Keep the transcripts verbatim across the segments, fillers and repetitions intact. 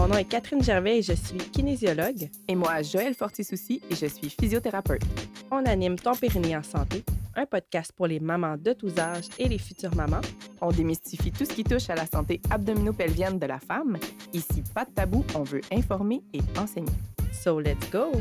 Mon nom est Catherine Gervais et je suis kinésiologue. Et moi, Joëlle Fortisouci et je suis physiothérapeute. On anime Ton Périnée en santé, un podcast pour les mamans de tous âges et les futures mamans. On démystifie tout ce qui touche à la santé abdominopelvienne de la femme. Ici, pas de tabou, on veut informer et enseigner. So let's go!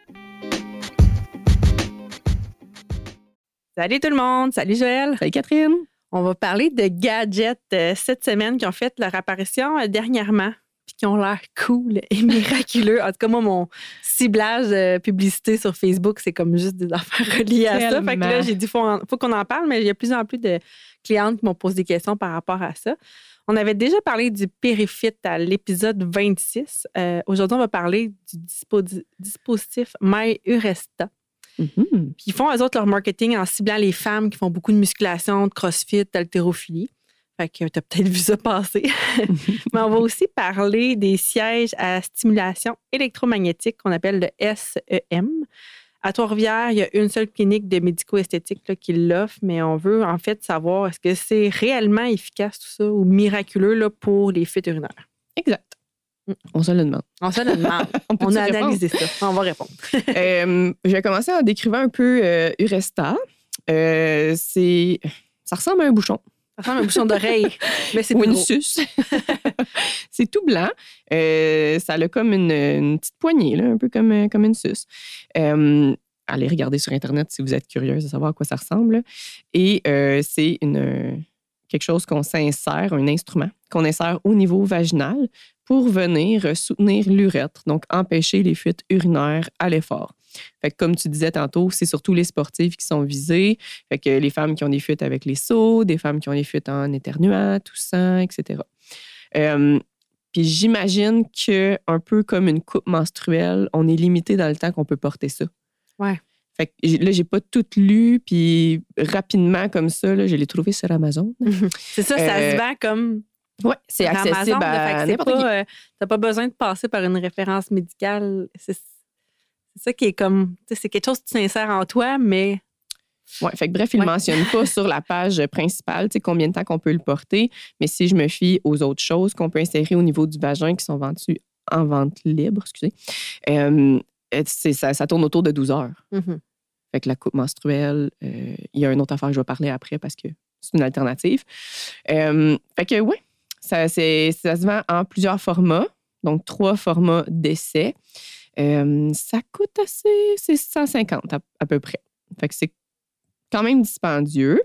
Salut tout le monde! Salut Joëlle! Salut Catherine! On va parler de gadgets euh, cette semaine qui ont fait leur apparition euh, dernièrement puis qui ont l'air cool et miraculeux. En tout cas, moi, mon ciblage euh, publicité sur Facebook, c'est comme juste des affaires reliées à ça. Fait que là, j'ai dit, il faut, en- faut qu'on en parle, mais il y a de plus en plus de clientes qui m'ont posé des questions par rapport à ça. On avait déjà parlé du Périfit à l'épisode vingt-six. Euh, aujourd'hui, on va parler du dispo- dispositif MyUresta. Mm-hmm. Puis ils font, eux autres, leur marketing en ciblant les femmes qui font beaucoup de musculation, de crossfit, d'haltérophilie. Fait que t'as peut-être vu ça passer. Mais on va aussi parler des sièges à stimulation électromagnétique qu'on appelle le S E M. À Trois-Rivières, il y a une seule clinique de médico-esthétique là, qui l'offre, mais on veut en fait savoir est-ce que c'est réellement efficace tout ça ou miraculeux là, pour les fuites urinaires. Exact. On se le demande. On se le demande. On, On a analysé ça. On va répondre. euh, je vais commencer en décrivant un peu euh, Uresta. Euh, c'est... Ça ressemble à un bouchon. Ça ressemble à un bouchon d'oreille, mais c'est Ou plus une gros. suce. C'est tout blanc. Euh, ça a comme une, une petite poignée, là, un peu comme, comme une suce. Euh, allez regarder sur Internet si vous êtes curieuse de savoir à quoi ça ressemble. Et euh, c'est une, quelque chose qu'on s'insère, un instrument qu'on insère au niveau vaginal pour venir soutenir l'urètre, donc empêcher les fuites urinaires à l'effort. Fait que comme tu disais tantôt, c'est surtout les sportives qui sont visées. Fait que les femmes qui ont des fuites avec les seaux, des femmes qui ont des fuites en éternuant, toussant, et cetera. Euh, Puis j'imagine que un peu comme une coupe menstruelle, on est limité dans le temps qu'on peut porter ça. Ouais. Fait que là, j'ai pas tout lu, puis rapidement comme ça, là, je l'ai trouvé sur Amazon. C'est ça, ça Euh, se vend comme Ouais, c'est sur accessible Amazon, là, fait à que c'est n'importe qui. pas, euh, t'as pas besoin de passer par une référence médicale. C'est, c'est ça qui est comme, tu sais, c'est quelque chose que tu t'insères en toi, mais Ouais, fait que bref, il ne Ouais. mentionne pas sur la page principale, tu sais, combien de temps qu'on peut le porter. Mais si je me fie aux autres choses qu'on peut insérer au niveau du vagin qui sont vendues en vente libre, excusez, euh, c'est, ça, ça tourne autour de douze heures. mhm. Fait que la coupe menstruelle, euh, il y a une autre affaire que je vais parler après parce que c'est une alternative. Euh, fait que oui, ça, c'est, ça se vend en plusieurs formats, donc trois formats d'essai. Euh, ça coûte assez, c'est cent cinquante à, à peu près. Fait que c'est quand même dispendieux,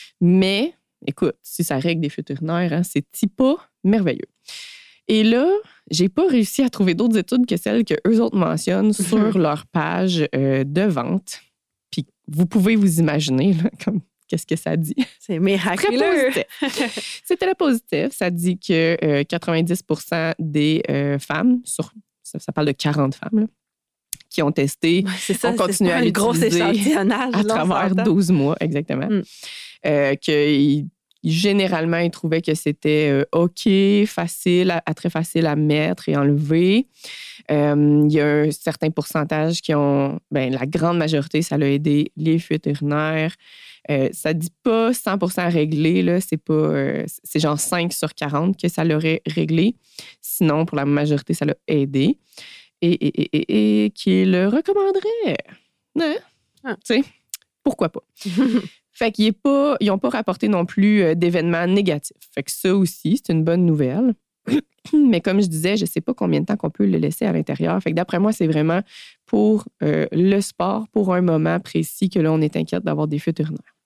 mais écoute, si ça règle des fuites urinaires, hein, c'est pas merveilleux. Et là, j'ai pas réussi à trouver d'autres études que celles que eux autres mentionnent sur leur page euh, de vente. Puis vous pouvez vous imaginer là, comme qu'est-ce que ça dit. C'est Très miraculeux. positif. C'est très positif. Ça dit que euh, quatre-vingt-dix pour cent des euh, femmes, sur, ça, ça parle de quarante femmes, là, qui ont testé, Ouais, c'est ça, on continue c'est à pas un gros l'utiliser échantillonnage. à là, on travers s'entend. douze mois, exactement. Mm. Euh, que généralement, ils trouvaient que c'était euh, OK, facile, à, à très facile à mettre et enlever. Euh, il y a un certain pourcentage qui ont, ben, la grande majorité, ça l'a aidé les fuites urinaires. Euh, ça ne dit pas cent pour cent réglé, là, c'est pas, euh, c'est genre cinq sur quarante que ça l'aurait réglé. Sinon, pour la majorité, ça l'a aidé. Et, et, et, et, et qui le recommanderait. Hein? Ah. Tu sais, pourquoi pas? Fait qu'ils n'ont pas rapporté non plus euh, d'événements négatifs. Fait que ça aussi, c'est une bonne nouvelle. Mais comme je disais, je ne sais pas combien de temps qu'on peut le laisser à l'intérieur. Fait que d'après moi, c'est vraiment pour euh, le sport, pour un moment précis que là, on est inquiète d'avoir des fuites urinaires.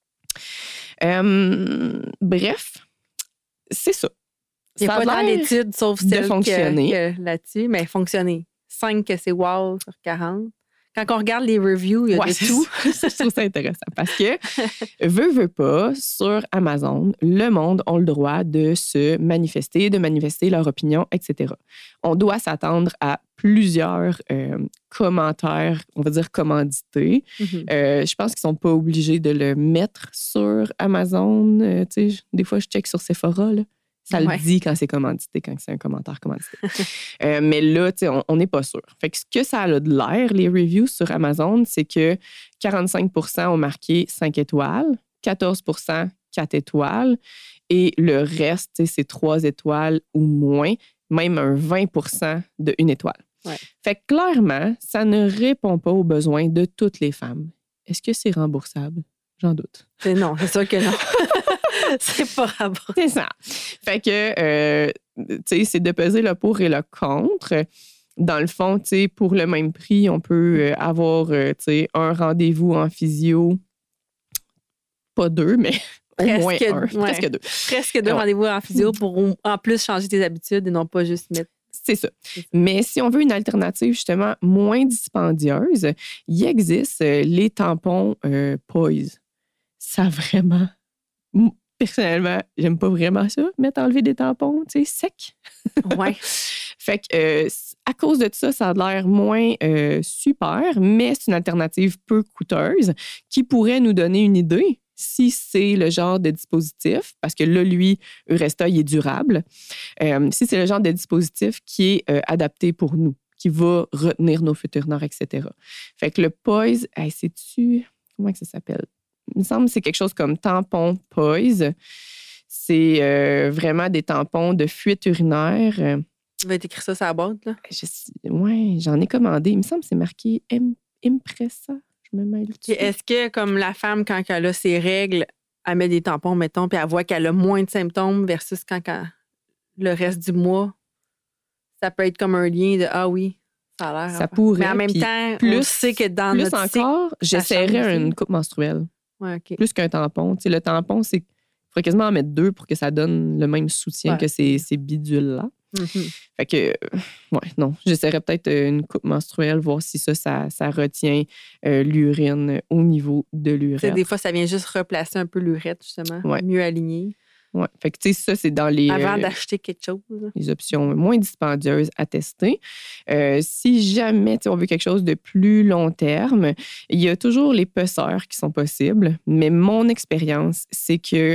Euh, bref, c'est ça. Il n'y a Ça pas tant l'air d'études sauf de celle fonctionner. que, que là-dessus, mais fonctionner. cinq que c'est wow sur quarante. Quand on regarde les reviews, il y a Ouais, de c'est tout. ça. Je trouve ça intéressant parce que, veut, veut pas, sur Amazon, le monde a le droit de se manifester, de manifester leur opinion, et cetera. On doit s'attendre à plusieurs euh, commentaires, on va dire commandités. Mhm. Euh, je pense qu'ils sont pas obligés de le mettre sur Amazon. Euh, tu sais, des fois, je check sur Sephora, là. Ça Ouais. le dit quand c'est commandité, quand c'est un commentaire commandité. euh, mais là, tu sais, on n'est pas sûr. Fait que ce que ça a de l'air, les reviews sur Amazon, c'est que quarante-cinq pour cent ont marqué cinq étoiles, quatorze pour cent quatre étoiles, et le reste, tu sais, c'est trois étoiles ou moins. même un vingt pour cent de une étoile. Ouais. Fait que clairement, ça ne répond pas aux besoins de toutes les femmes. Est-ce que c'est remboursable? J'en doute. C'est non, c'est sûr que non. C'est pas remboursable. C'est ça. Fait que, euh, tu sais, c'est de peser le pour et le contre. Dans le fond, tu sais, pour le même prix, on peut avoir, euh, tu sais, un rendez-vous en physio. Pas deux, mais presque, au moins un. Ouais. Presque deux. Presque deux ouais. rendez-vous en physio pour en plus changer tes habitudes et non pas juste mettre. C'est ça. C'est ça. Mais si on veut une alternative justement moins dispendieuse, il existe euh, les tampons euh, Poise. Ça vraiment, personnellement, j'aime pas vraiment ça, mettre enlever des tampons, tu sais, secs. Ouais. Fait que euh, à cause de ça, ça a l'air moins euh, super, mais c'est une alternative peu coûteuse qui pourrait nous donner une idée si c'est le genre de dispositif, parce que là, lui, Euresta, il est durable, euh, si c'est le genre de dispositif qui est euh, adapté pour nous, qui va retenir nos futurs nerfs, et cetera. Fait que le Poise, hey, sais-tu, comment que ça s'appelle? Il me semble que c'est quelque chose comme tampon Poise. C'est euh, vraiment des tampons de fuite urinaire. Tu vas écrire ça sur la boîte, là? Oui, j'en ai commandé. Il me semble que c'est marqué Im- Impressa. Je me mêle dessus. Est-ce que, comme la femme, quand elle a ses règles, elle met des tampons, mettons, puis elle voit qu'elle a moins de symptômes versus quand elle, le reste du mois, ça peut être comme un lien de « Ah oui, ça a l'air... » Ça pourrait. Mais en même temps, plus, on sait que dans plus notre encore, j'essaierais une coupe menstruelle. Ouais, OK. Plus qu'un tampon. Tu sais, le tampon, c'est... Il faudrait quasiment en mettre deux pour que ça donne le même soutien ouais. que ces, ces bidules-là. Mm-hmm. Fait que, euh, ouais, non. J'essaierais peut-être une coupe menstruelle, voir si ça, ça, ça retient euh, l'urine au niveau de l'urètre. Des fois, ça vient juste replacer un peu l'urètre, justement, ouais. mieux aligné. Ouais. Fait que, tu sais, ça, c'est dans les... Avant euh, d'acheter quelque chose. Les options moins dispendieuses à tester. Euh, si jamais on veut quelque chose de plus long terme, il y a toujours les pesseurs qui sont possibles, mais mon expérience, c'est que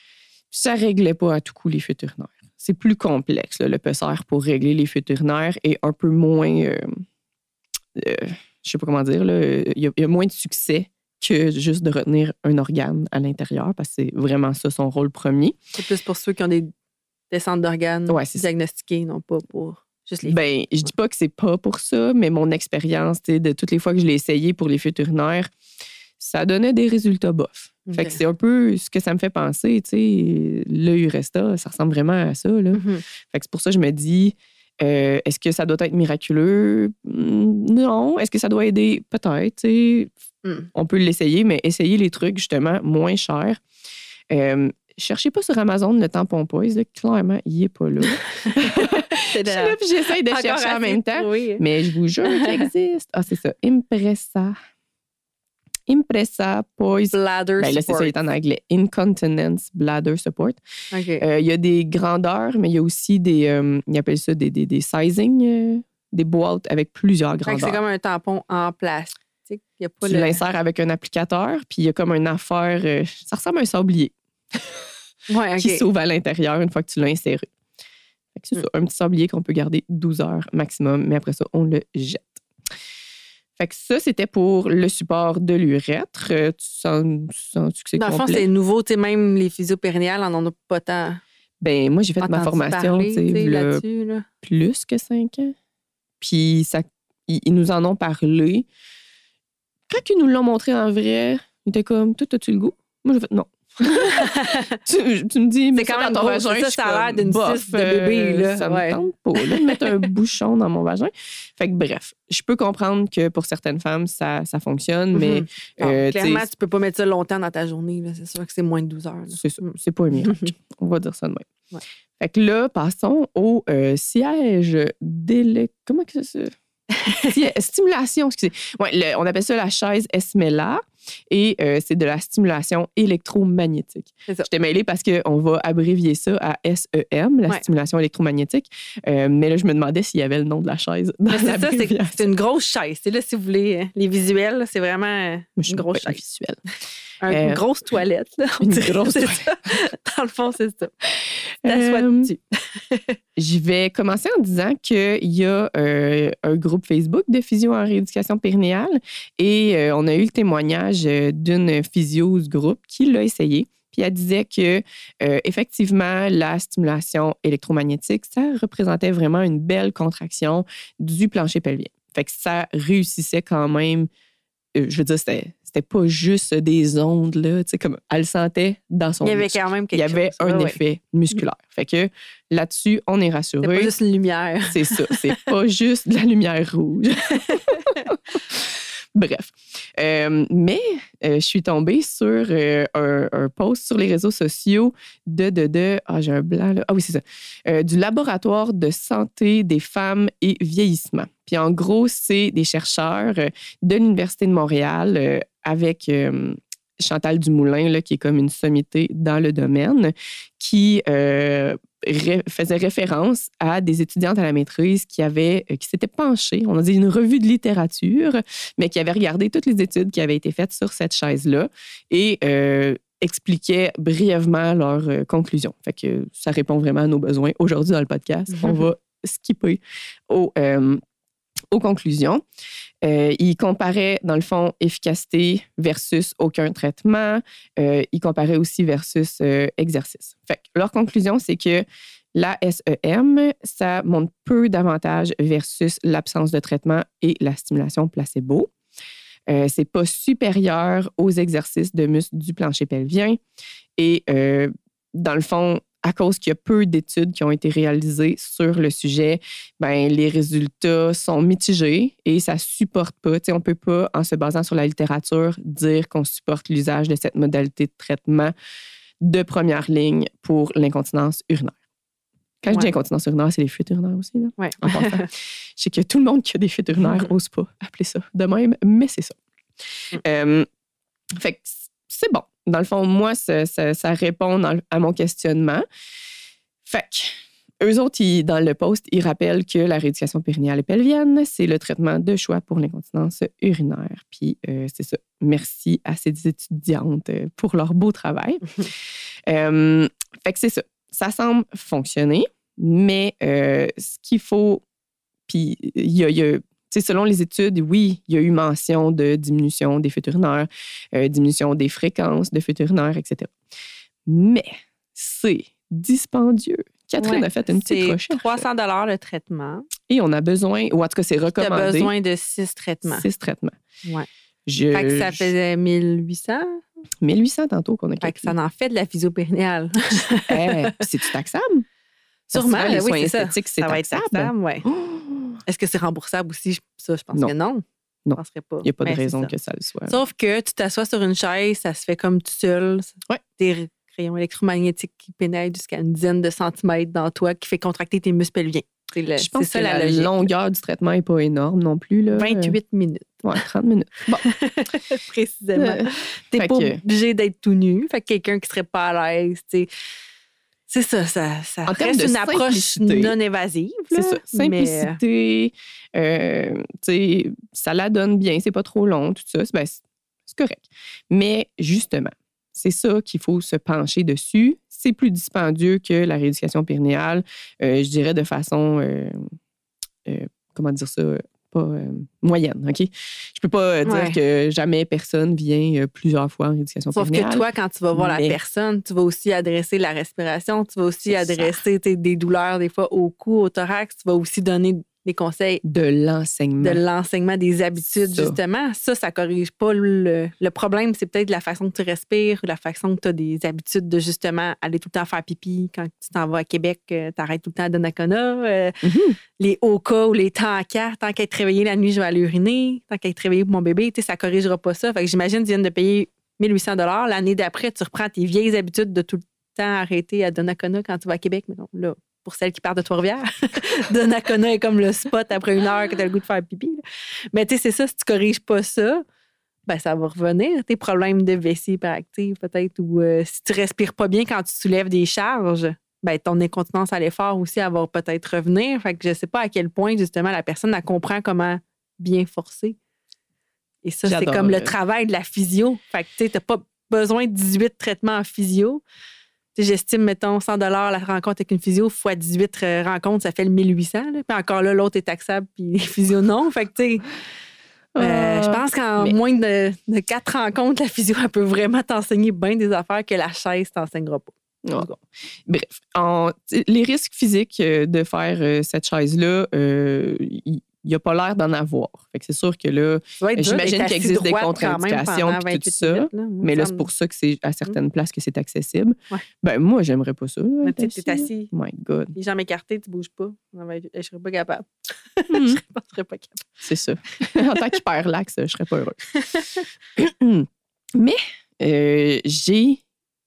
ça ne réglait pas à tout coup les fuites urinaires. C'est plus complexe, là, le pesseur pour régler les fuites urinaires et un peu moins... Euh, euh, je ne sais pas comment dire, là, il y a, il y a moins de succès que juste de retenir un organe à l'intérieur, parce que c'est vraiment ça son rôle premier. C'est plus pour ceux qui ont des descentes d'organes ouais, diagnostiquées, non pas pour juste les... Ben, je dis pas que c'est pas pour ça, mais mon expérience, de toutes les fois que je l'ai essayé pour les fuites urinaires, ça donnait des résultats bof. Okay. Fait que c'est un peu ce que ça me fait penser, tu sais, le Euresta, ça ressemble vraiment à ça, là. Mm-hmm. Fait que c'est pour ça que je me dis, euh, est-ce que ça doit être miraculeux? Non. Est-ce que ça doit aider? Peut-être, tu sais. Mm. On peut l'essayer, mais essayer les trucs, justement, moins chers. Euh, cherchez pas sur Amazon le tampon Poise, là, clairement, il est pas là. Je suis là, puis j'essaie de chercher en même temps, oui. Mais je vous jure qu'il existe. Ah, c'est ça, Impressa. Impressa Poise. Bladder ben, là, Support. C'est ça, il est en anglais. Incontinence Bladder Support. Il okay. euh, y a des grandeurs, mais il y a aussi des, euh, ils appellent ça des, des, des sizing, euh, des boîtes avec plusieurs grandeurs. C'est comme un tampon en plastique. Y a pas tu le... l'insères avec un applicateur, puis il y a comme une affaire, euh, ça ressemble à un sablier ouais, okay. qui s'ouvre à l'intérieur une fois que tu l'as inséré. C'est mm. ça, un petit sablier qu'on peut garder douze heures maximum, mais après ça, on le jette. Fait que ça, c'était pour le support de l'urètre. Tu sens, tu sens que c'est Dans complet? le fond, c'est nouveau. Tu sais, même les physiopérinéales en ont pas tant. Ben moi, j'ai fait ma formation parler, là, là. plus que cinq ans. Puis ça, ils, ils nous en ont parlé. Quand ils nous l'ont montré en vrai, ils étaient comme, toi, as-tu le goût? Moi, j'ai fait non. tu, tu me dis, mais c'est quand même ton vagin, ça, ça a l'air d'une cice de bébé. Là. Ça ouais. me tente pas là, de mettre un bouchon dans mon vagin. Fait que bref, je peux comprendre que pour certaines femmes, ça, ça fonctionne, mm-hmm. mais... Non, euh, clairement, tu peux pas mettre ça longtemps dans ta journée. Là. C'est sûr que c'est moins de douze heures. Là. C'est ça. C'est pas un miracle. On va dire ça de même. Ouais. Fait que là, passons au euh, siège d'élec... Comment que ça se... Stimulation, excusez. Ouais, le, on appelle ça la chaise Esmela et euh, c'est de la stimulation électromagnétique. J'étais mêlée parce qu'on va abrévier ça à S E M, la ouais. stimulation électromagnétique. Euh, mais là, je me demandais s'il y avait le nom de la chaise. C'est ça, c'est, c'est une grosse chaise. C'est là, si vous voulez, les visuels, c'est vraiment une je grosse chaise. Visuel. Une euh, grosse toilette. Là, une grosse toilette. Ça. Dans le fond, c'est ça. T'assois euh, dessus. Je vais commencer en disant qu'il y a euh, un groupe Facebook de physio en rééducation périnéale et euh, on a eu le témoignage d'une physio du groupe qui l'a essayé. Puis Puis elle disait que, euh, effectivement, la stimulation électromagnétique, ça représentait vraiment une belle contraction du plancher pelvien. Fait que ça réussissait quand même. Euh, je veux dire, c'était, c'était pas juste des ondes, là. Tu sais, comme elle le sentait dans son Il y avait muscle. quand même quelque Il y avait chose. un Ouais, effet ouais. musculaire. Fait que là-dessus, on est rassuré. C'est pas juste une lumière. C'est ça. C'est pas juste de la lumière rouge. Bref. Euh, mais euh, je suis tombée sur euh, un, un post sur les réseaux sociaux de, de, de ah, j'ai un blanc là. Ah oui, c'est ça. Euh, du laboratoire de santé des femmes et vieillissement. Puis en gros, c'est des chercheurs euh, de l'Université de Montréal euh, avec euh, Chantal Dumoulin, là, qui est comme une sommité dans le domaine, qui euh, ré- faisait référence à des étudiantes à la maîtrise qui avaient, euh, qui s'étaient penchées, on a dit une revue de littérature, mais qui avaient regardé toutes les études qui avaient été faites sur cette chaise-là et euh, expliquaient brièvement leurs euh, conclusions. Fait que ça répond vraiment à nos besoins. Aujourd'hui, dans le podcast, on va skipper au... Euh, aux conclusions. Euh, il comparait, dans le fond, efficacité versus aucun traitement. Euh, il comparait aussi versus euh, exercice. Fait que leur conclusion, c'est que la S E M, ça montre peu d'avantages versus l'absence de traitement et la stimulation placebo. Euh, c'est pas supérieur aux exercices de muscles du plancher pelvien. Et euh, dans le fond, à cause qu'il y a peu d'études qui ont été réalisées sur le sujet, ben, les résultats sont mitigés et ça ne supporte pas. T'sais, on ne peut pas, en se basant sur la littérature, dire qu'on supporte l'usage de cette modalité de traitement de première ligne pour l'incontinence urinaire. Quand ouais. je dis incontinence urinaire, c'est les fuites urinaires aussi. Là, ouais. en passant. Je sais que tout le monde qui a des fuites urinaires n'ose pas appeler ça de même, mais c'est ça. Mm. Euh, fait que c'est bon. Dans le fond, moi, ça, ça, ça répond dans, à mon questionnement. Fait que, eux autres, ils, dans le post, ils rappellent que la rééducation périnéale et pelvienne, c'est le traitement de choix pour l'incontinence urinaire. Puis, euh, c'est ça. Merci à ces étudiantes pour leur beau travail. euh, fait que c'est ça. Ça semble fonctionner, mais euh, ce qu'il faut... Puis, il y a... Y a T'sais, selon les études, oui, il y a eu mention de diminution des fuites urinaires, euh, diminution des fréquences de fuites urinaires, et cetera. Mais c'est dispendieux. Catherine ouais, a fait une petite recherche. C'est trois cents dollars le traitement. Et on a besoin, ou en tout cas, c'est recommandé. Tu as besoin de six traitements. Six traitements. Oui. Je, fait que ça faisait mille huit cents. mille huit cents tantôt qu'on a calculé. Fait que ça en fait de la physio périnéale. hey, c'est-tu taxable? Sûrement, les oui, soins c'est esthétiques, ça. c'est ça taxable. Va être taxable, ouais. Oh! Est-ce que c'est remboursable aussi? Ça, je pense non. que non. Non. Je ne penserais pas. Il n'y a pas de mais raison que ça le soit. Sauf que tu t'assois sur une chaise, ça se fait comme tout seul. Ouais. Des rayons électromagnétiques qui pénètrent jusqu'à une dizaine de centimètres dans toi, qui fait contracter tes muscles pelviens. C'est le, je pense ça, que la, la logique. longueur du traitement n'est pas énorme non plus. Là. vingt-huit minutes. Ouais, trente minutes. Bon. Précisément. Tu n'es pas que... obligé d'être tout nu. Fait que quelqu'un qui ne serait pas à l'aise, tu sais. C'est ça, ça, ça en reste une approche non évasive. C'est ça, simplicité, mais... euh, tu sais, ça la donne bien, c'est pas trop long, tout ça, ben, c'est correct. Mais justement, c'est ça qu'il faut se pencher dessus. C'est plus dispendieux que la rééducation périnéale, euh, je dirais de façon, euh, euh, comment dire ça, pas euh, moyenne, OK? Je peux pas dire ouais. que jamais personne vient euh, plusieurs fois en rééducation Sauf périnéale. Sauf que toi, quand tu vas voir mais... la personne, tu vas aussi adresser la respiration, tu vas aussi adresser des douleurs des fois au cou, au thorax, tu vas aussi donner des conseils. De l'enseignement. De l'enseignement, des habitudes, ça. Justement. Ça, ça corrige pas le, le problème. C'est peut-être la façon que tu respires, la façon que tu as des habitudes de justement aller tout le temps faire pipi. Quand tu t'en vas à Québec, euh, tu arrêtes tout le temps à Donnacona. Euh, mm-hmm. Les hauts cas ou les temps à quatre. Tant qu'à être réveillé la nuit, je vais aller uriner. Tant qu'à être réveillé pour mon bébé, ça ne corrigera pas ça. Fait que j'imagine que tu viens de payer mille huit cents dollars. L'année d'après, tu reprends tes vieilles habitudes de tout le temps arrêter à Donnacona quand tu vas à Québec. Mais non, là, pour celles qui partent de Trois-Rivières. Donnacona est comme le spot après une heure que tu as le goût de faire pipi. Là. Mais tu sais, c'est ça, si tu ne corriges pas ça, ben ça va revenir. Tes problèmes de vessie hyperactive, peut-être, ou euh, si tu ne respires pas bien quand tu soulèves des charges, ben ton incontinence à l'effort aussi, elle va peut-être revenir. Fait que je ne sais pas à quel point, justement, la personne, elle comprend comment bien forcer. Et ça, J'adore, c'est comme le travail de la physio. Fait que tu sais, tu n'as pas besoin de dix-huit traitements en physio. J'estime, mettons, cent dollars la rencontre avec une physio fois dix-huit rencontres, ça fait le mille huit cents. Là. Puis encore là, l'autre est taxable, puis les physios non. Fait que, tu sais, Euh, je pense qu'en mais- moins de, de quatre rencontres, la physio, elle peut vraiment t'enseigner bien des affaires que la chaise t'enseignera pas. Ouais. Bref, en- les risques physiques euh, de faire euh, cette chaise-là, euh, il n'y a pas l'air d'en avoir. Fait que c'est sûr que là, Ça va être dur j'imagine d'être qu'il assis existe des droite quand même contre-indications pendant puis tout vingt-huit ça, minutes, là. Moi, mais là, ça c'est me- pour ça que c'est à certaines places que c'est accessible. Ouais. Ben, moi, j'aimerais pas ça. Là, Mais être tu sais, t'es assis, assis, là. My God. les jambes écartées, tu bouges pas. Non, mais Je serais pas capable. Hmm. Je serais pas, je serais pas capable. C'est ça. En tant qu'hyperlaxe, je serais pas heureuse. Mais euh, j'ai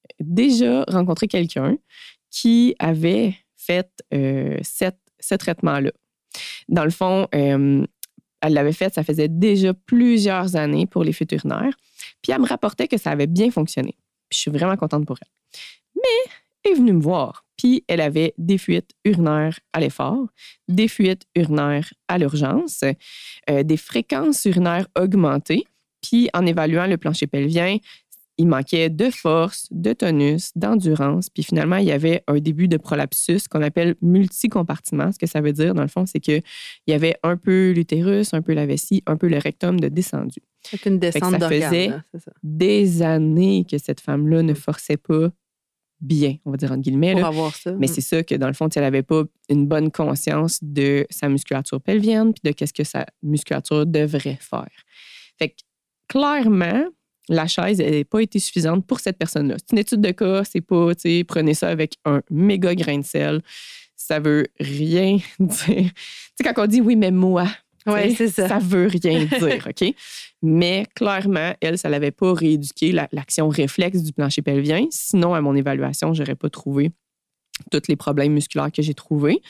déjà rencontré quelqu'un qui avait fait euh, cette- ce traitement-là. Dans le fond, euh, elle l'avait fait, ça faisait déjà plusieurs années pour les fuites urinaires. Puis elle me rapportait que ça avait bien fonctionné. Puis je suis vraiment contente pour elle. Mais elle est venue me voir. Puis elle avait des fuites urinaires à l'effort, des fuites urinaires à l'urgence, euh, des fréquences urinaires augmentées. Puis en évaluant le plancher pelvien, il manquait de force, de tonus, d'endurance. Puis finalement, il y avait un début de prolapsus qu'on appelle multicompartiment. Ce que ça veut dire, dans le fond, c'est qu'il y avait un peu l'utérus, un peu la vessie, un peu le rectum de descendu. C'est une Fait que descente ça d'organes. faisait là, c'est ça. des années que cette femme-là ne forçait pas bien, on va dire entre guillemets. Pour là. avoir ça. Mais c'est ça que, dans le fond, elle n'avait pas une bonne conscience de sa musculature pelvienne puis de qu'est-ce que sa musculature devrait faire. Fait que, clairement, la chaise n'a pas été suffisante pour cette personne-là. C'est une étude de cas, c'est pas, tu sais, prenez ça avec un méga grain de sel. Ça veut rien dire. Tu sais, quand on dit oui, mais moi, Oui, tu sais, c'est ça. ça veut rien dire, OK? Mais clairement, elle, ça l'avait pas rééduqué la- l'action réflexe du plancher pelvien. Sinon, à mon évaluation, j'aurais pas trouvé tous les problèmes musculaires que j'ai trouvés.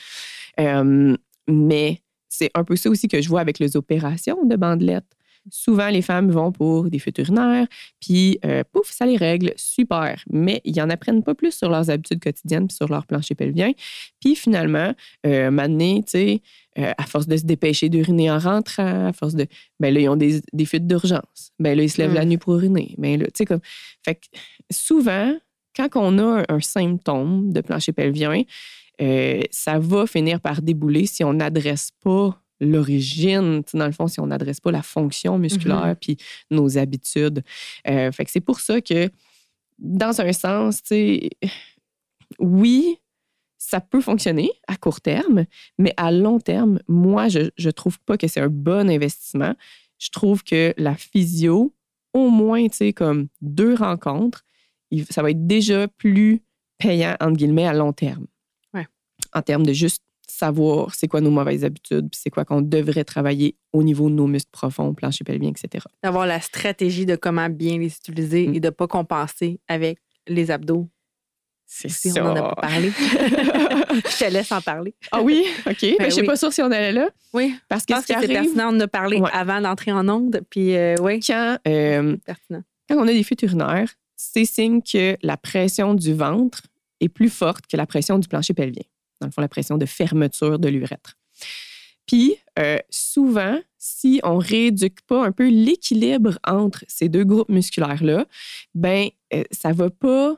Euh, mais c'est un peu ça aussi que je vois avec les opérations de bandelettes. Souvent, les femmes vont pour des fuites urinaires, puis euh, pouf, ça les règle, super. Mais ils n'en apprennent pas plus sur leurs habitudes quotidiennes puis sur leur plancher pelvien. Puis finalement, euh, un moment donné, tu sais, euh, à force de se dépêcher d'uriner en rentrant, à force de... Ben là, ils ont des, des fuites d'urgence. Ben là, ils se lèvent Mm. la nuit pour uriner. Ben là, tu sais, comme... Fait que souvent, quand on a un, un symptôme de plancher pelvien, euh, ça va finir par débouler si on n'adresse pas l'origine, tu sais, dans le fond, si on n'adresse pas la fonction musculaire puis nos habitudes. Euh, fait que c'est pour ça que, dans un sens, tu sais, oui, ça peut fonctionner à court terme, mais à long terme, moi, je ne trouve pas que c'est un bon investissement. Je trouve que la physio, au moins, tu sais, comme deux rencontres, il- ça va être déjà plus payant, entre guillemets, à long terme. Ouais. En termes de juste savoir c'est quoi nos mauvaises habitudes, puis c'est quoi qu'on devrait travailler au niveau de nos muscles profonds, plancher pelvien, et cetera. D'avoir la stratégie de comment bien les utiliser Mm. et de ne pas compenser avec les abdos. C'est Si ça. on n'en a pas parlé. Je te laisse en parler. Ah oui? OK. Ben, je ne suis oui. pas sûre si on allait là. Oui, Parce je que pense ce qui que c'est arrive, pertinent. On en a parlé Ouais. avant d'entrer en onde. Puis, euh, oui, quand, euh, c'est pertinent. quand on a des fuites urinaires, c'est signe que la pression du ventre est plus forte que la pression du plancher pelvien. Dans le fond, la pression de fermeture de l'urètre. Puis, euh, souvent, si on ne rééduque pas un peu l'équilibre entre ces deux groupes musculaires-là, ben euh, ça va pas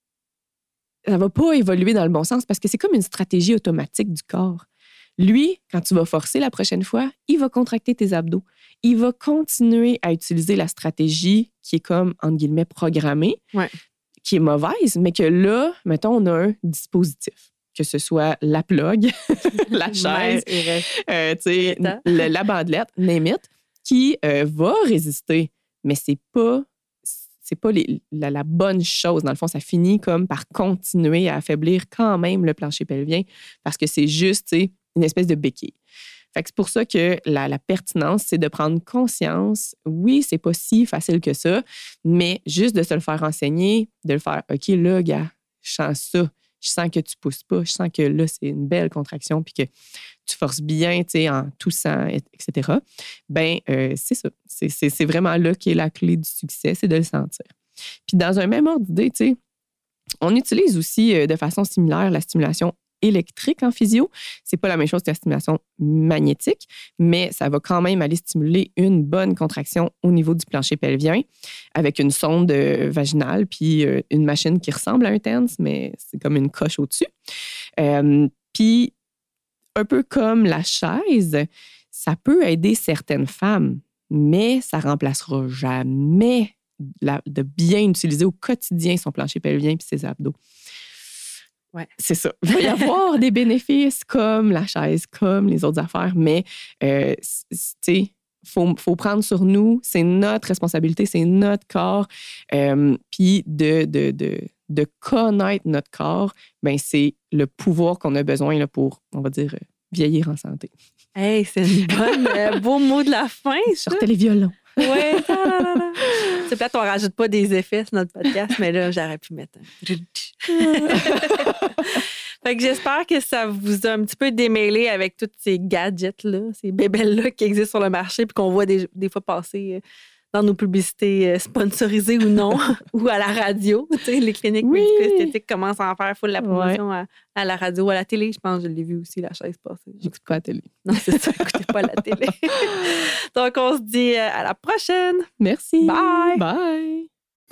ça va pas évoluer dans le bon sens parce que c'est comme une stratégie automatique du corps. Lui, quand tu vas forcer la prochaine fois, il va contracter tes abdos. Il va continuer à utiliser la stratégie qui est comme, entre guillemets, programmée, Ouais. qui est mauvaise, mais que là, mettons, on a un dispositif, que ce soit la plug, la chaise, Mince et reste. euh, tu sais, Attends. le- la bandelette, name it, qui euh, va résister, mais c'est pas c'est pas les- la, la bonne chose. Dans le fond, ça finit comme par continuer à affaiblir quand même le plancher pelvien parce que c'est juste, tu sais, une espèce de béquille. Fait que c'est pour ça que la, la pertinence, c'est de prendre conscience. Oui, c'est pas si facile que ça, mais juste de se le faire enseigner, de le faire, OK, là, gars, je sens ça. Je sens que tu pousses pas. Je sens que là, c'est une belle contraction puis que tu forces bien, tu sais, en toussant, et cetera. Ben, euh, c'est ça. C'est, c'est, c'est vraiment là qui est la clé du succès, c'est de le sentir. Puis dans un même ordre d'idée, tu sais, on utilise aussi euh, de façon similaire la stimulation électrique en physio. C'est pas la même chose que la stimulation magnétique, mais ça va quand même aller stimuler une bonne contraction au niveau du plancher pelvien avec une sonde euh, vaginale puis euh, une machine qui ressemble à un TENS, mais c'est comme une coche au-dessus. Euh, puis, un peu comme la chaise, ça peut aider certaines femmes mais ça ne remplacera jamais la, de bien utiliser au quotidien son plancher pelvien et ses abdos. Ouais. C'est ça. Il va y avoir des bénéfices comme la chaise, comme les autres affaires, mais euh, tu sais, il faut, faut prendre sur nous, c'est notre responsabilité, c'est notre corps. Euh, puis de, de, de, de connaître notre corps, ben c'est le pouvoir qu'on a besoin là, pour, on va dire, vieillir en santé. Hey, c'est une bonne, euh, beau mot de la fin. Sortez les violons. Oui. C'est peut-être qu'on rajoute pas des effets sur notre podcast, mais là, j'aurais pu mettre un... Fait que j'espère que ça vous a un petit peu démêlé avec tous ces gadgets-là, ces bébelles-là qui existent sur le marché puis qu'on voit des, des fois passer dans nos publicités sponsorisées ou non, ou à la radio. Tu sais, les cliniques oui. médico-esthétiques commencent à en faire full la promotion ouais. à, à la radio, à la télé. Je pense que je l'ai vu aussi, la chaise passer. J'écoute pas la télé. Non, c'est ça, écoutez pas la télé. Donc, on se dit à la prochaine. Merci. Bye. Bye.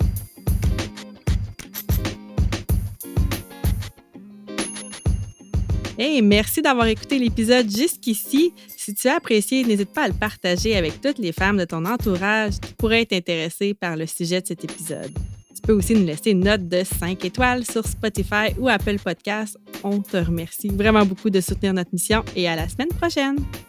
Hey, merci d'avoir écouté l'épisode jusqu'ici. Si tu as apprécié, n'hésite pas à le partager avec toutes les femmes de ton entourage qui pourraient être intéressées par le sujet de cet épisode. Tu peux aussi nous laisser une note de cinq étoiles sur Spotify ou Apple Podcasts. On te remercie vraiment beaucoup de soutenir notre mission et à la semaine prochaine.